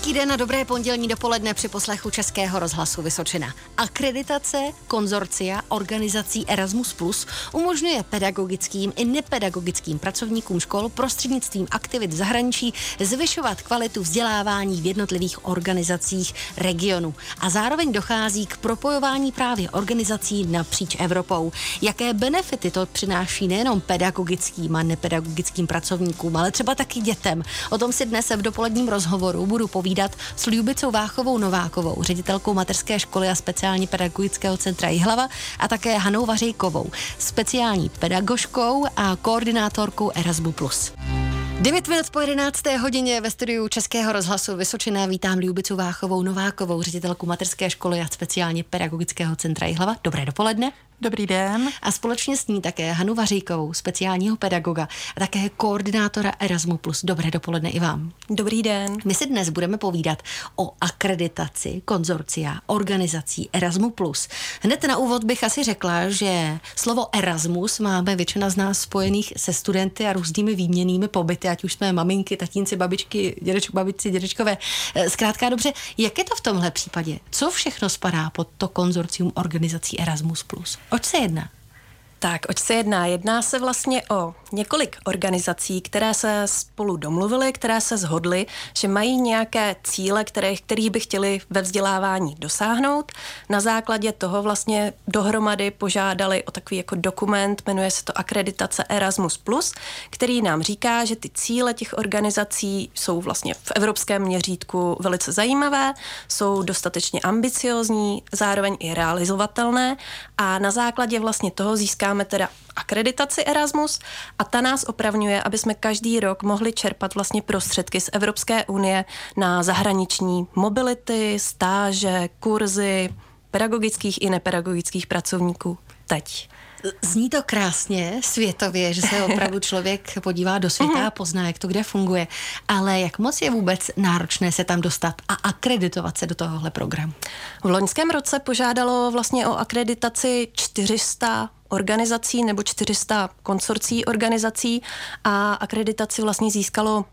Hezký den a dobré pondělní dopoledne při poslechu Českého rozhlasu Vysočina. Akreditace konzorcia organizací Erasmus Plus umožňuje pedagogickým i nepedagogickým pracovníkům škol prostřednictvím aktivit v zahraničí zvyšovat kvalitu vzdělávání v jednotlivých organizacích regionu. A zároveň dochází k propojování právě organizací napříč Evropou. Jaké benefity to přináší nejenom pedagogickým a nepedagogickým pracovníkům, ale třeba taky dětem. O tom si dnes v dopoledním rozhovoru budu povídat s Ljubicou Váchovou Novákovou, ředitelkou mateřské školy a speciální pedagogického centra Jihlava, a také Hanou Vařejkovou, speciální pedagožkou a koordinátorkou Erasmus+. 9 minut po 11. hodině ve studiu Českého rozhlasu Vysočina vítám Ljubicu Váchovou Novákovou, ředitelku mateřské školy a speciálně pedagogického centra Jihlava. Dobré dopoledne. Dobrý den. A společně s ní také Hanu Vařejkovou, speciálního pedagoga a také koordinátora Erasmus+. Dobré dopoledne i vám. Dobrý den. My si dnes budeme povídat o akreditaci konzorcia organizací Erasmus+. Hned na úvod bych asi řekla, že slovo Erasmus máme většina z nás spojených se studenty a různými výměnnými pobyty, ať už jsme maminky, tatínci, babičky, babičci, dědečkové. Zkrátka dobře, jak je to v tomhle případě? Co všechno spadá pod to konzorcium organizací Erasmus+? Oč se jedná? Tak, oč se jedná? Jedná se vlastně o několik organizací, které se spolu domluvily, které se shodly, že mají nějaké cíle, kterých by chtěli ve vzdělávání dosáhnout. Na základě toho vlastně dohromady požádali o takový jako dokument, jmenuje se to akreditace Erasmus+, který nám říká, že ty cíle těch organizací jsou vlastně v evropském měřítku velice zajímavé, jsou dostatečně ambiciózní, zároveň i realizovatelné a na základě vlastně toho získáme teda akreditaci Erasmus a ta nás opravňuje, aby jsme každý rok mohli čerpat vlastně prostředky z Evropské unie na zahraniční mobility, stáže, kurzy pedagogických i nepedagogických pracovníků. Teď. Zní to krásně, světově, že se opravdu člověk podívá do světa a pozná, jak to kde funguje. Ale jak moc je vůbec náročné se tam dostat a akreditovat se do tohohle programu? V loňském roce požádalo vlastně o akreditaci 400 organizací nebo 400 konsorcí organizací a akreditaci vlastně získalo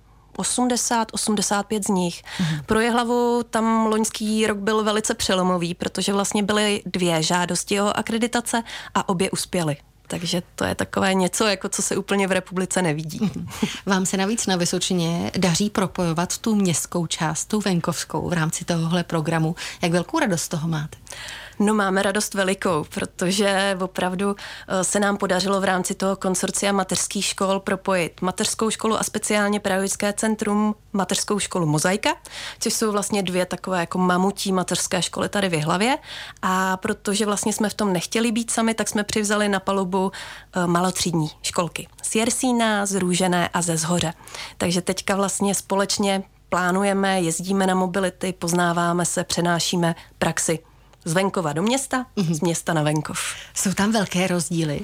85 z nich. Pro Jihlavu tam loňský rok byl velice přelomový, protože vlastně byly 2 žádosti o akreditace a obě uspěly. Takže to je takové něco, jako co se úplně v republice nevidí. Vám se navíc na Vysočině daří propojovat tu městskou část, tu venkovskou v rámci tohohle programu. Jak velkou radost toho máte? No, máme radost velikou, protože opravdu se nám podařilo v rámci toho konsorcia mateřských škol propojit mateřskou školu a speciálně pedagogické centrum mateřskou školu Mozaika, což jsou vlastně 2 takové jako mamutí mateřské školy tady v Jihlavě. A protože vlastně jsme v tom nechtěli být sami, tak jsme přivzali na palubu malotřídní školky z Jersína, z Růžené a ze Zhoře. Takže teďka vlastně společně plánujeme, jezdíme na mobility, poznáváme se, přenášíme praxi z venkova do města, z města na venkov. Jsou tam velké rozdíly?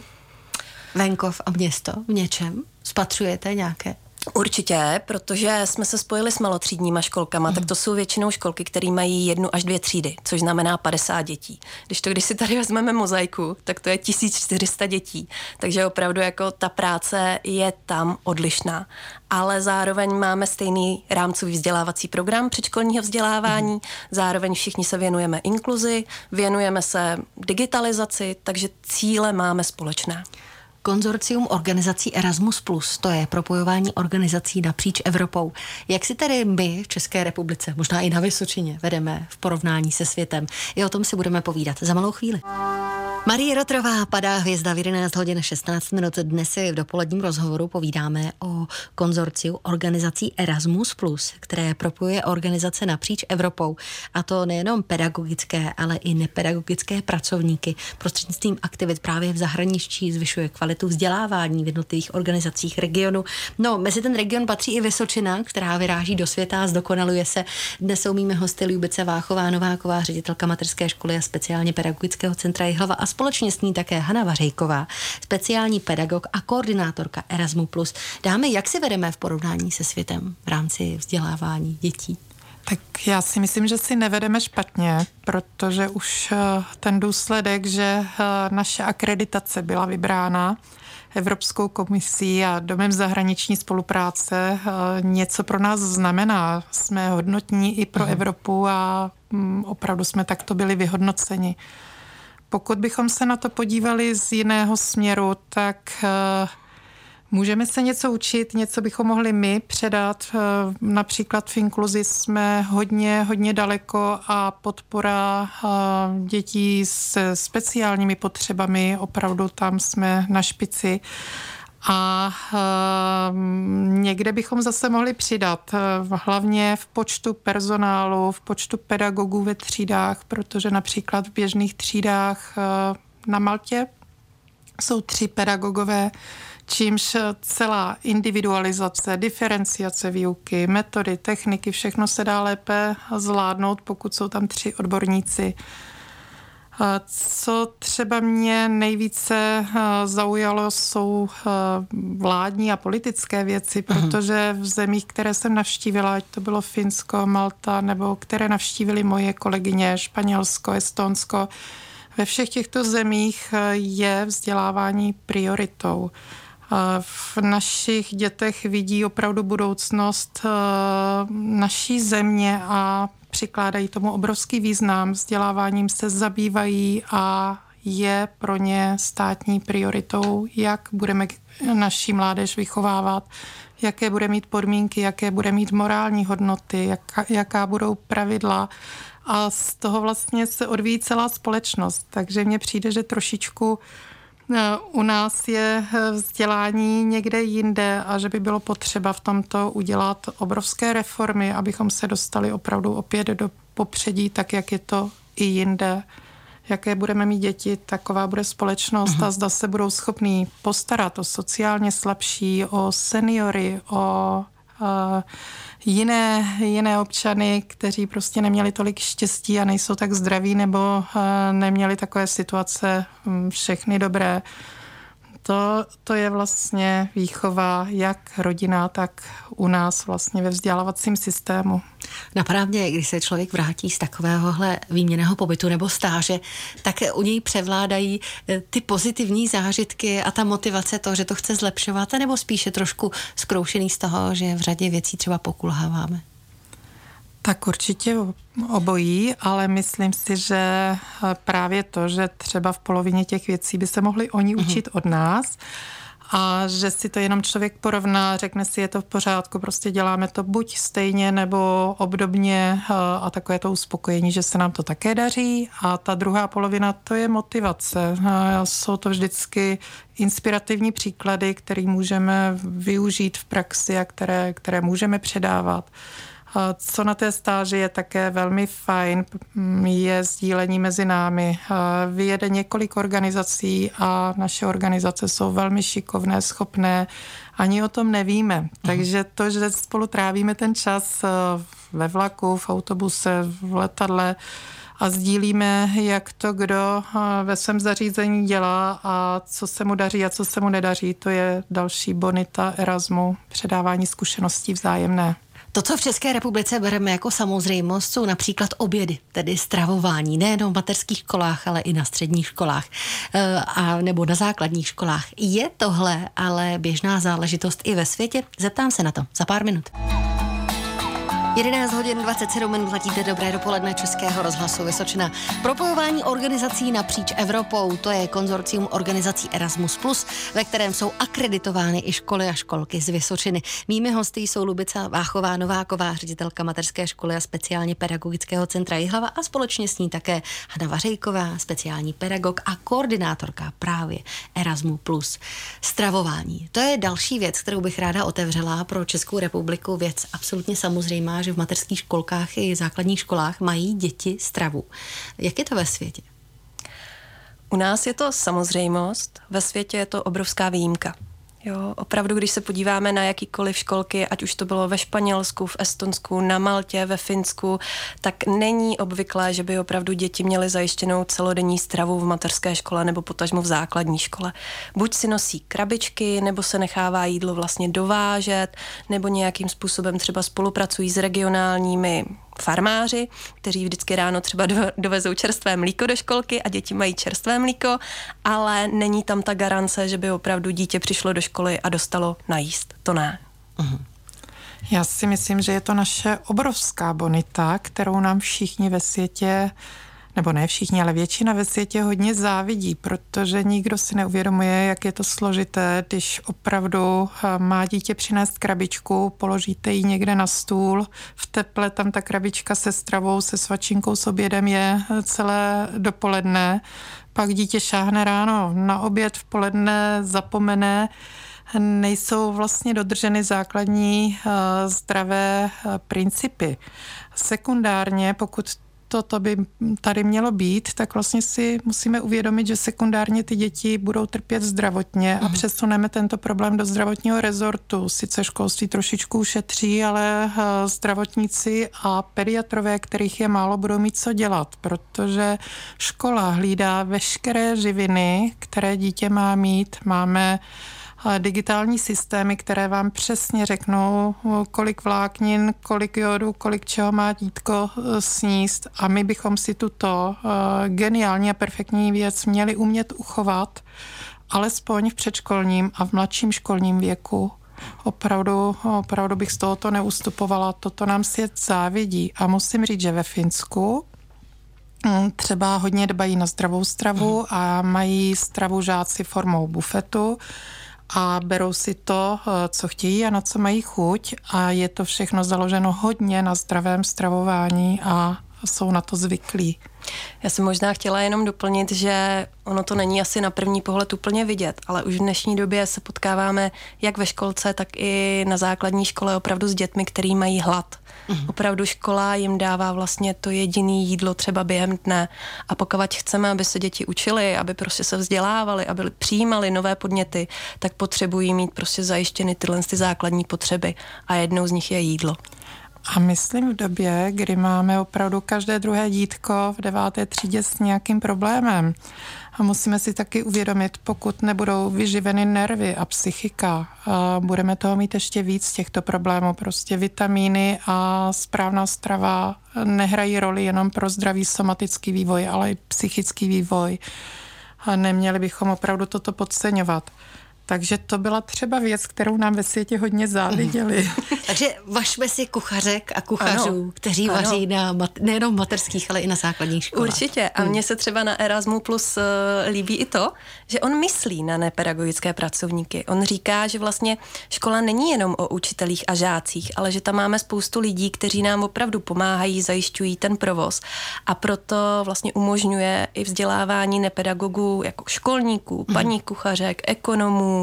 Venkov a město v něčem? Spatřujete nějaké? Určitě, protože jsme se spojili s malotřídníma školkama, tak to jsou většinou školky, které mají 1 až 2 třídy, což znamená 50 dětí. Když si tady vezmeme Mozaiku, tak to je 1400 dětí. Takže opravdu jako ta práce je tam odlišná. Ale zároveň máme stejný rámcový vzdělávací program předškolního vzdělávání, zároveň všichni se věnujeme inkluzi, věnujeme se digitalizaci, takže cíle máme společné. Konzorcium organizací Erasmus+, to je propojování organizací napříč Evropou. Jak si tedy my v České republice, možná i na Vysočině, vedeme v porovnání se světem? I o tom si budeme povídat za malou chvíli. Marie Rotrová, padá hvězda v 11 hodin 16 minut. Dnes si v dopoledním rozhovoru povídáme o konzorciu organizací Erasmus+, které propojuje organizace napříč Evropou. A to nejenom pedagogické, ale i nepedagogické pracovníky. Prostřednictvím aktivit právě v zahraničí zvyšuje kvalitu vzdělávání v jednotlivých organizacích regionu. No, mezi ten region patří i Vysočina, která vyráží do světa a zdokonaluje se. Dnes jsou mými hosty Ljubice Váchová Nováková, ředitelka mateřské školy a speciálně pedagogického centra Jihlava a společně s ní také Hana Vařejková, speciální pedagog a koordinátorka Erasmus+. Dámy, jak si vedeme v porovnání se světem v rámci vzdělávání dětí? Tak já si myslím, že si nevedeme špatně, protože už ten důsledek, že naše akreditace byla vybrána Evropskou komisí a Domem zahraniční spolupráce něco pro nás znamená. Jsme hodnotní i pro Evropu a opravdu jsme takto byli vyhodnoceni. Pokud bychom se na to podívali z jiného směru, tak můžeme se něco učit, něco bychom mohli my předat. Například v inkluzi jsme hodně daleko a podpora dětí se speciálními potřebami, opravdu tam jsme na špici. A někde bychom zase mohli přidat, hlavně v počtu personálu, v počtu pedagogů ve třídách, protože například v běžných třídách na Maltě jsou 3 pedagogové, čímž celá individualizace, diferenciace výuky, metody, techniky, všechno se dá lépe zvládnout, pokud jsou tam 3 odborníci. Co třeba mě nejvíce zaujalo, jsou vládní a politické věci, protože v zemích, které jsem navštívila, ať to bylo Finsko, Malta, nebo které navštívily moje kolegyně, Španělsko, Estonsko, ve všech těchto zemích je vzdělávání prioritou. V našich dětech vidí opravdu budoucnost naší země a přikládají tomu obrovský význam. Vzděláváním se zabývají a je pro ně státní prioritou, jak budeme naši mládež vychovávat, jaké bude mít podmínky, jaké bude mít morální hodnoty, jaká budou pravidla. A z toho vlastně se odvíjí celá společnost. Takže mně přijde, že trošičku u nás je vzdělání někde jinde a že by bylo potřeba v tomto udělat obrovské reformy, abychom se dostali opravdu opět do popředí, tak jak je to i jinde. Jaké budeme mít děti, taková bude společnost a zda se budou schopní postarat o sociálně slabší, o seniory, o jiné občany, kteří prostě neměli tolik štěstí a nejsou tak zdraví nebo neměli takové situace všechny dobré. To je vlastně výchova jak rodina, tak u nás vlastně ve vzdělávacím systému. Napadá mě, když se člověk vrátí z takovéhohle výměnného pobytu nebo stáže, tak u něj převládají ty pozitivní zážitky a ta motivace to, že to chce zlepšovat, nebo spíše trošku zkroušený z toho, že v řadě věcí třeba pokulháváme? Tak určitě obojí, ale myslím si, že právě to, že třeba v polovině těch věcí by se mohli oni učit od nás a že si to jenom člověk porovná, řekne si, je to v pořádku, prostě děláme to buď stejně nebo obdobně a takové to uspokojení, že se nám to také daří a ta druhá polovina, to je motivace. Jsou to vždycky inspirativní příklady, které můžeme využít v praxi a které můžeme předávat. Co na té stáži je také velmi fajn, je sdílení mezi námi. Vyjede několik organizací a naše organizace jsou velmi šikovné, schopné, ani o tom nevíme. Takže to, že spolu trávíme ten čas ve vlaku, v autobuse, v letadle a sdílíme, jak to kdo ve svém zařízení dělá a co se mu daří a co se mu nedaří, to je další bonita Erasmu, předávání zkušeností vzájemné. To, co v České republice bereme jako samozřejmost, jsou například obědy, tedy stravování, nejenom v mateřských školách, ale i na středních školách a nebo na základních školách. Je tohle ale běžná záležitost i ve světě? Zeptám se na to za pár minut. 11 hodin 27 minut, letíte dobré dopoledne Českého rozhlasu Vysočina. Propojování organizací napříč Evropou, to je konzorcium organizací Erasmus+, ve kterém jsou akreditovány i školy a školky z Vysočiny. Mými hosty jsou Lubica Váchová-Nováková, ředitelka mateřské školy a speciálně pedagogického centra Jihlava a společně s ní také Hana Vařejková, speciální pedagog a koordinátorka právě Erasmus+. Stravování, to je další věc, kterou bych ráda otevřela pro Českou republiku, věc absolutně samozřejmá, že v mateřských školkách i základních školách mají děti stravu. Jak je to ve světě? U nás je to samozřejmost, ve světě je to obrovská výjimka. Jo, opravdu, když se podíváme na jakýkoliv školky, ať už to bylo ve Španělsku, v Estonsku, na Maltě, ve Finsku, tak není obvyklé, že by opravdu děti měly zajištěnou celodenní stravu v mateřské škole nebo potažmo v základní škole. Buď si nosí krabičky, nebo se nechává jídlo vlastně dovážet, nebo nějakým způsobem třeba spolupracují s regionálními farmáři, kteří vždycky ráno třeba dovezou čerstvé mlíko do školky a děti mají čerstvé mlíko, ale není tam ta garance, že by opravdu dítě přišlo do školy a dostalo najíst. To ne. Já si myslím, že je to naše obrovská bonita, kterou nám všichni ve světě, nebo ne všichni, ale většina ve světě hodně závidí, protože nikdo si neuvědomuje, jak je to složité, když opravdu má dítě přinést krabičku, položíte ji někde na stůl, v teple tam ta krabička se stravou, se svačinkou, s obědem je celé dopoledne, pak dítě šáhne ráno na oběd, v poledne zapomene, nejsou vlastně dodrženy základní zdravé principy. Sekundárně, pokud toto by tady mělo být, tak vlastně si musíme uvědomit, že sekundárně ty děti budou trpět zdravotně a přesuneme tento problém do zdravotního rezortu. Sice školství trošičku ušetří, ale zdravotníci a pediatrové, kterých je málo, budou mít co dělat, protože škola hlídá veškeré živiny, které dítě má mít. Máme digitální systémy, které vám přesně řeknou, kolik vláknin, kolik jodu, kolik čeho má dítko sníst a my bychom si tuto geniální a perfektní věc měli umět uchovat, alespoň v předškolním a v mladším školním věku. Opravdu bych z tohoto neustupovala, toto nám svět závidí a musím říct, že ve Finsku třeba hodně dbají na zdravou stravu a mají stravu žáci formou bufetu, a berou si to, co chtějí a na co mají chuť a je to všechno založeno hodně na zdravém stravování a jsou na to zvyklí. Já jsem možná chtěla jenom doplnit, že ono to není asi na první pohled úplně vidět, ale už v dnešní době se potkáváme jak ve školce, tak i na základní škole opravdu s dětmi, který mají hlad. Opravdu škola jim dává vlastně to jediné jídlo třeba během dne a pokud chceme, aby se děti učily, aby prostě se vzdělávali, aby přijímali nové podněty, tak potřebují mít prostě zajištěny tyhle základní potřeby a jednou z nich je jídlo. A myslím v době, kdy máme opravdu každé druhé dítko v 9. třídě s nějakým problémem. A musíme si taky uvědomit, pokud nebudou vyživeny nervy a psychika, budeme toho mít ještě víc těchto problémů. Prostě vitamíny a správná strava nehrají roli jenom pro zdravý somatický vývoj, ale i psychický vývoj. A neměli bychom opravdu toto podceňovat. Takže to byla třeba věc, kterou nám ve světě hodně záviděli. Takže važme si kuchařek a kuchařů, kteří vaří nejenom mateřských, ale i na základních školách. Určitě. A mně se třeba na Erasmu Plus líbí i to, že on myslí na nepedagogické pracovníky. On říká, že vlastně škola není jenom o učitelích a žácích, ale že tam máme spoustu lidí, kteří nám opravdu pomáhají, zajišťují ten provoz. A proto vlastně umožňuje i vzdělávání nepedagogů jako školníků, paní kuchařek, ekonomů,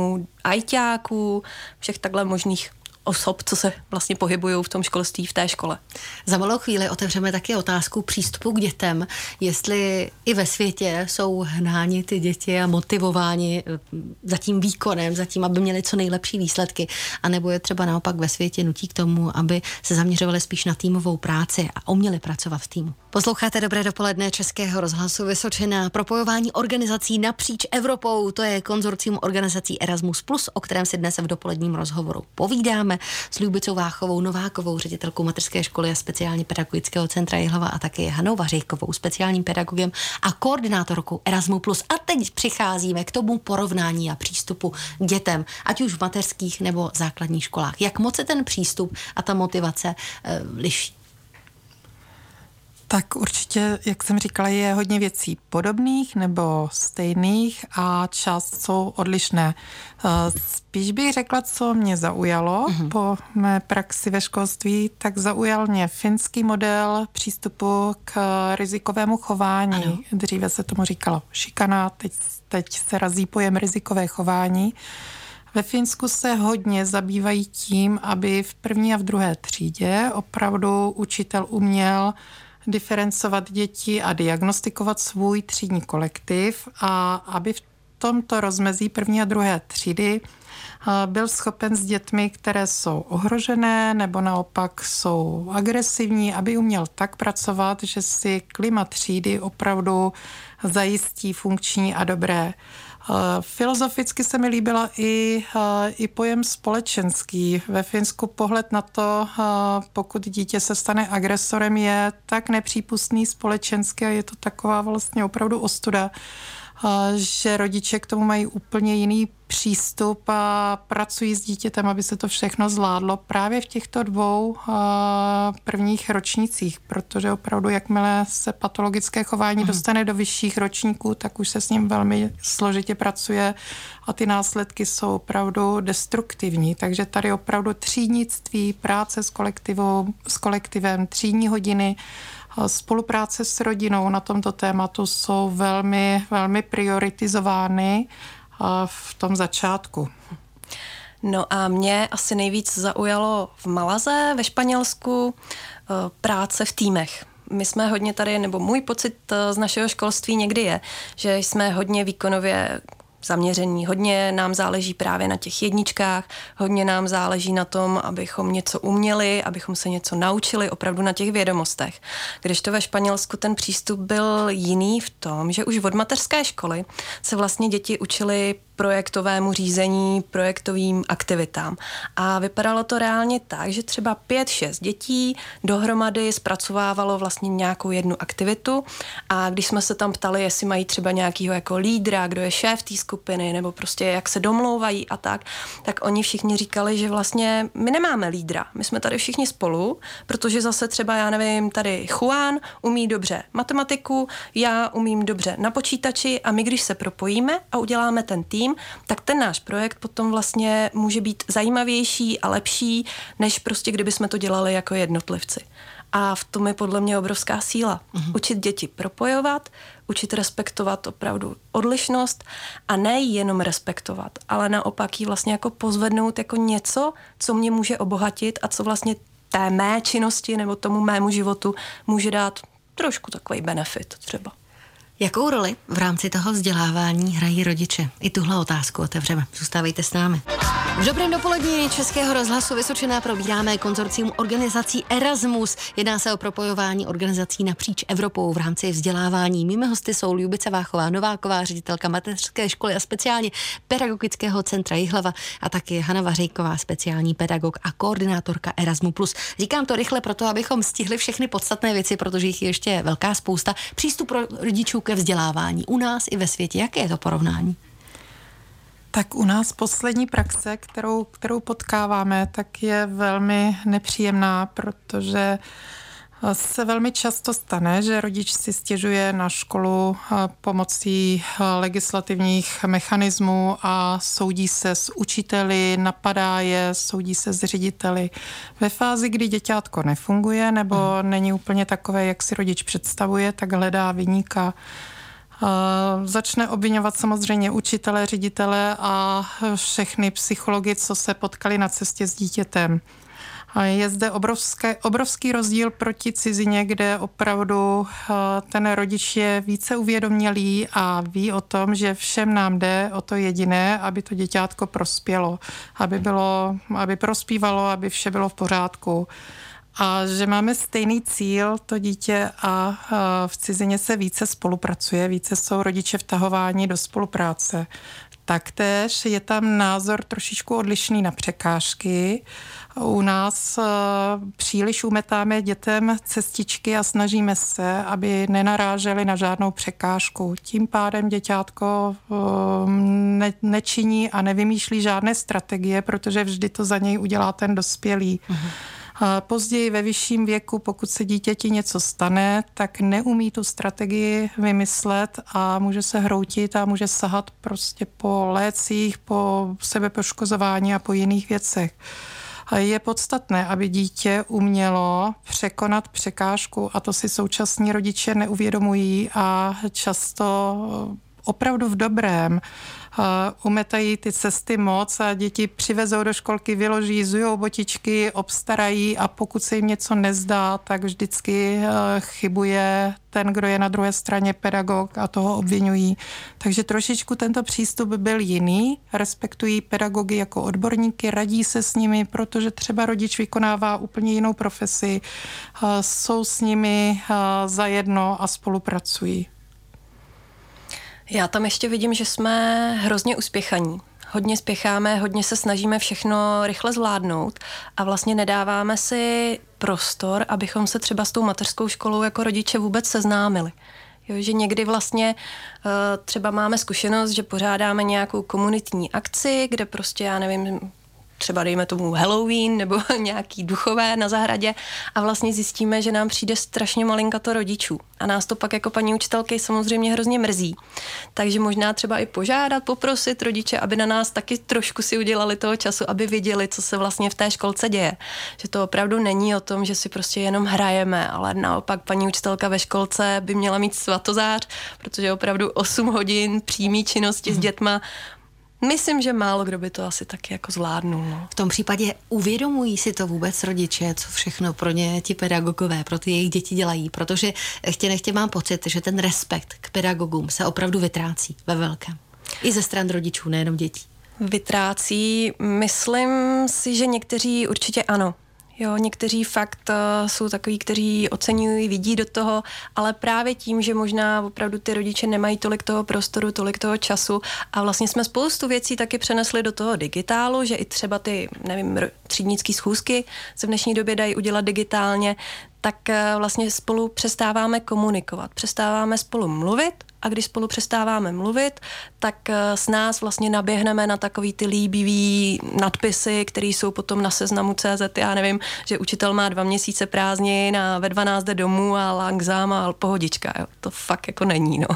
ajťáků, všech takhle možných osob, co se vlastně pohybují v tom školství, v té škole. Za malou chvíli otevřeme taky otázku přístupu k dětem, jestli i ve světě jsou hnáni ty děti a motivováni za tím výkonem, za tím, aby měli co nejlepší výsledky, anebo je třeba naopak ve světě nutí k tomu, aby se zaměřovali spíš na týmovou práci a uměli pracovat v týmu. Posloucháte Dobré dopoledne Českého rozhlasu Vysočina. Propojování organizací napříč Evropou, to je konzorcium organizací Erasmus+, o kterém si dnes v dopoledním rozhovoru povídáme s Ljubicou Váchovou Novákovou, ředitelkou mateřské školy a speciálně pedagogického centra Jihlava a také Hanou Vařejkovou, speciálním pedagogem a koordinátorkou Erasmu+. A teď přicházíme k tomu porovnání a přístupu k dětem, ať už v mateřských nebo základních školách. Jak moc se ten přístup a ta motivace liší? Tak určitě, jak jsem říkala, je hodně věcí podobných nebo stejných a část jsou odlišné. Spíš bych řekla, co mě zaujalo po mé praxi ve školství, tak zaujal mě finský model přístupu k rizikovému chování. Ano. Dříve se tomu říkalo šikana, teď se razí pojem rizikové chování. Ve Finsku se hodně zabývají tím, aby v první a v druhé třídě opravdu učitel uměl diferencovat děti a diagnostikovat svůj třídní kolektiv a aby v tomto rozmezí první a druhé třídy byl schopen s dětmi, které jsou ohrožené nebo naopak jsou agresivní, aby uměl tak pracovat, že si klima třídy opravdu zajistí funkční a dobré Filozoficky se mi líbila i pojem společenský. Ve Finsku pohled na to, pokud dítě se stane agresorem, je tak nepřípustný společensky a je to taková vlastně opravdu ostuda, že rodiče k tomu mají úplně jiný přístup a pracují s dítětem, aby se to všechno zvládlo právě v těchto 2 prvních ročnících, protože opravdu jakmile se patologické chování dostane do vyšších ročníků, tak už se s ním velmi složitě pracuje a ty následky jsou opravdu destruktivní. Takže tady opravdu třídnictví, práce s kolektivem, třídní hodiny, spolupráce s rodinou na tomto tématu jsou velmi, velmi prioritizovány v tom začátku. No a mě asi nejvíc zaujalo v Malaze, ve Španělsku, práce v týmech. My jsme hodně tady, nebo můj pocit z našeho školství někdy je, že jsme hodně výkonově zaměření. Hodně nám záleží právě na těch jedničkách, hodně nám záleží na tom, abychom něco uměli, abychom se něco naučili, opravdu na těch vědomostech. Kdežto ve Španělsku ten přístup byl jiný v tom, že už od mateřské školy se vlastně děti učili projektovému řízení, projektovým aktivitám. A vypadalo to reálně tak, že třeba 5-6 dětí dohromady zpracovávalo vlastně nějakou jednu aktivitu a když jsme se tam ptali, jestli mají třeba nějakýho jako lídra, kdo je šéf té skupiny, nebo prostě jak se domlouvají a tak oni všichni říkali, že vlastně my nemáme lídra. My jsme tady všichni spolu, protože zase třeba, já nevím, tady Juan umí dobře matematiku, já umím dobře na počítači a my, když se propojíme a uděláme ten tým, tak ten náš projekt potom vlastně může být zajímavější a lepší, než prostě kdyby jsme to dělali jako jednotlivci. A v tom je podle mě obrovská síla. Učit děti propojovat, učit respektovat opravdu odlišnost a ne jenom respektovat, ale naopak ji vlastně jako pozvednout jako něco, co mě může obohatit a co vlastně té mé činnosti nebo tomu mému životu může dát trošku takový benefit třeba. Jakou roli v rámci toho vzdělávání hrají rodiče? I tuhle otázku otevřeme. Zůstávejte s námi. V dobrém dopolední Českého rozhlasu Vysočina probíráme konzorcium organizací Erasmus. Jedná se o propojování organizací napříč Evropou v rámci vzdělávání. Mými hosty jsou Ljubice Váchová-Nováková, ředitelka mateřské školy a speciálně pedagogického centra Jihlava a taky Hana Vařejková, speciální pedagog a koordinátorka Erasmus+. Říkám to rychle proto, abychom stihli všechny podstatné věci, protože jich je ještě velká spousta. Přístup rodičů ke vzdělávání u nás i ve světě. Jaké je to porovnání? Tak u nás poslední praxe, kterou potkáváme, tak je velmi nepříjemná, protože se velmi často stane, že rodič si stěžuje na školu pomocí legislativních mechanismů a soudí se s učiteli, napadá je, soudí se s řediteli. Ve fázi, kdy děťátko nefunguje nebo není úplně takové, jak si rodič představuje, tak hledá viníka. Začne obviňovat samozřejmě učitele, ředitele a všechny psychologi, co se potkali na cestě s dítětem. Je zde obrovský rozdíl proti cizině, kde opravdu ten rodič je více uvědomělý a ví o tom, že všem nám jde o to jediné, aby to děťátko prospělo, aby prospívalo, aby vše bylo v pořádku. A že máme stejný cíl, to dítě, a v cizině se více spolupracuje, více jsou rodiče vtahováni do spolupráce. Taktéž je tam názor trošičku odlišný na překážky. U nás příliš umetáme dětem cestičky a snažíme se, aby nenaráželi na žádnou překážku. Tím pádem děťátko nečiní a nevymýšlí žádné strategie, protože vždy to za něj udělá ten dospělý. Později ve vyšším věku, pokud se dítěti něco stane, tak neumí tu strategii vymyslet a může se hroutit a může sahat prostě po lécích, po sebepoškozování a po jiných věcech. Je podstatné, aby dítě umělo překonat překážku a to si současní rodiče neuvědomují a často opravdu v dobrém umetají ty cesty moc a děti přivezou do školky, vyloží, zujou botičky, obstarají a pokud se jim něco nezdá, tak vždycky chybuje ten, kdo je na druhé straně pedagog a toho obvinují. Takže trošičku tento přístup byl jiný, respektují pedagogy jako odborníky, radí se s nimi, protože třeba rodič vykonává úplně jinou profesi, jsou s nimi zajedno a spolupracují. Já tam ještě vidím, že jsme hrozně uspěchaní. Hodně spěcháme, hodně se snažíme všechno rychle zvládnout a vlastně nedáváme si prostor, abychom se třeba s tou mateřskou školou jako rodiče vůbec seznámili. Jo, že někdy vlastně třeba máme zkušenost, že pořádáme nějakou komunitní akci, kde prostě, já nevím, třeba dejme tomu Halloween nebo nějaký duchové na zahradě a vlastně zjistíme, že nám přijde strašně malinkato rodičů. A nás to pak jako paní učitelky samozřejmě hrozně mrzí. Takže možná třeba i požádat, poprosit rodiče, aby na nás taky trošku si udělali toho času, aby viděli, co se vlastně v té školce děje. Že to opravdu není o tom, že si prostě jenom hrajeme, ale naopak paní učitelka ve školce by měla mít svatozář, protože opravdu 8 hodin přímý činnosti s dětma. Myslím, že málo kdo by to asi taky jako zvládnul. No. V tom případě uvědomují si to vůbec rodiče, co všechno pro ně ti pedagogové, pro ty jejich děti dělají, protože chtě nechtě mám pocit, že ten respekt k pedagogům se opravdu vytrácí ve velkém. I ze stran rodičů, nejenom dětí. Vytrácí, myslím si, že někteří určitě ano. Jo, někteří fakt jsou takový, kteří oceňují, vidí do toho, ale právě tím, že možná opravdu ty rodiče nemají tolik toho prostoru, tolik toho času a vlastně jsme spoustu věcí taky přenesli do toho digitálu, že i třeba ty, nevím, třídnické schůzky se v dnešní době dají udělat digitálně, tak vlastně spolu přestáváme komunikovat, přestáváme spolu mluvit a když spolu přestáváme mluvit, tak s nás vlastně naběhneme na takový ty líbivý nadpisy, které jsou potom na seznamu CZ. Já nevím, že učitel má 2 měsíce prázdnin a ve 12 jde domů a langzám a pohodička. Jo. To fakt jako není, no.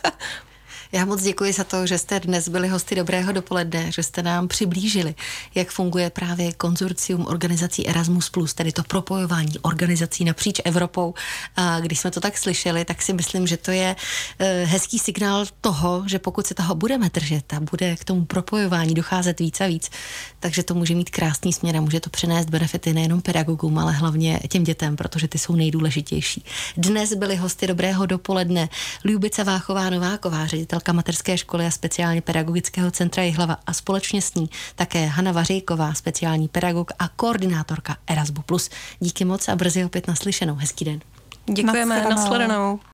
Já moc děkuji za to, že jste dnes byli hosty Dobrého dopoledne, že jste nám přiblížili, jak funguje právě konzorcium organizací Erasmus+, tedy to propojování organizací napříč Evropou. A když jsme to tak slyšeli, tak si myslím, že to je hezký signál toho, že pokud se toho budeme držet a bude k tomu propojování docházet víc a víc, takže to může mít krásný směr a může to přinést benefity nejenom pedagogům, ale hlavně těm dětem, protože ty jsou nejdůležitější. Dnes byli hosty Dobrého dopoledne Ljubica Váchová-Nováková, ředitelka mateřské školy a speciálně pedagogického centra Jihlava a společně s ní také Hana Vařejková, speciální pedagog a koordinátorka Erasmus+. Díky moc a brzy opět naslyšenou. Hezký den. Děkujeme, nashledanou.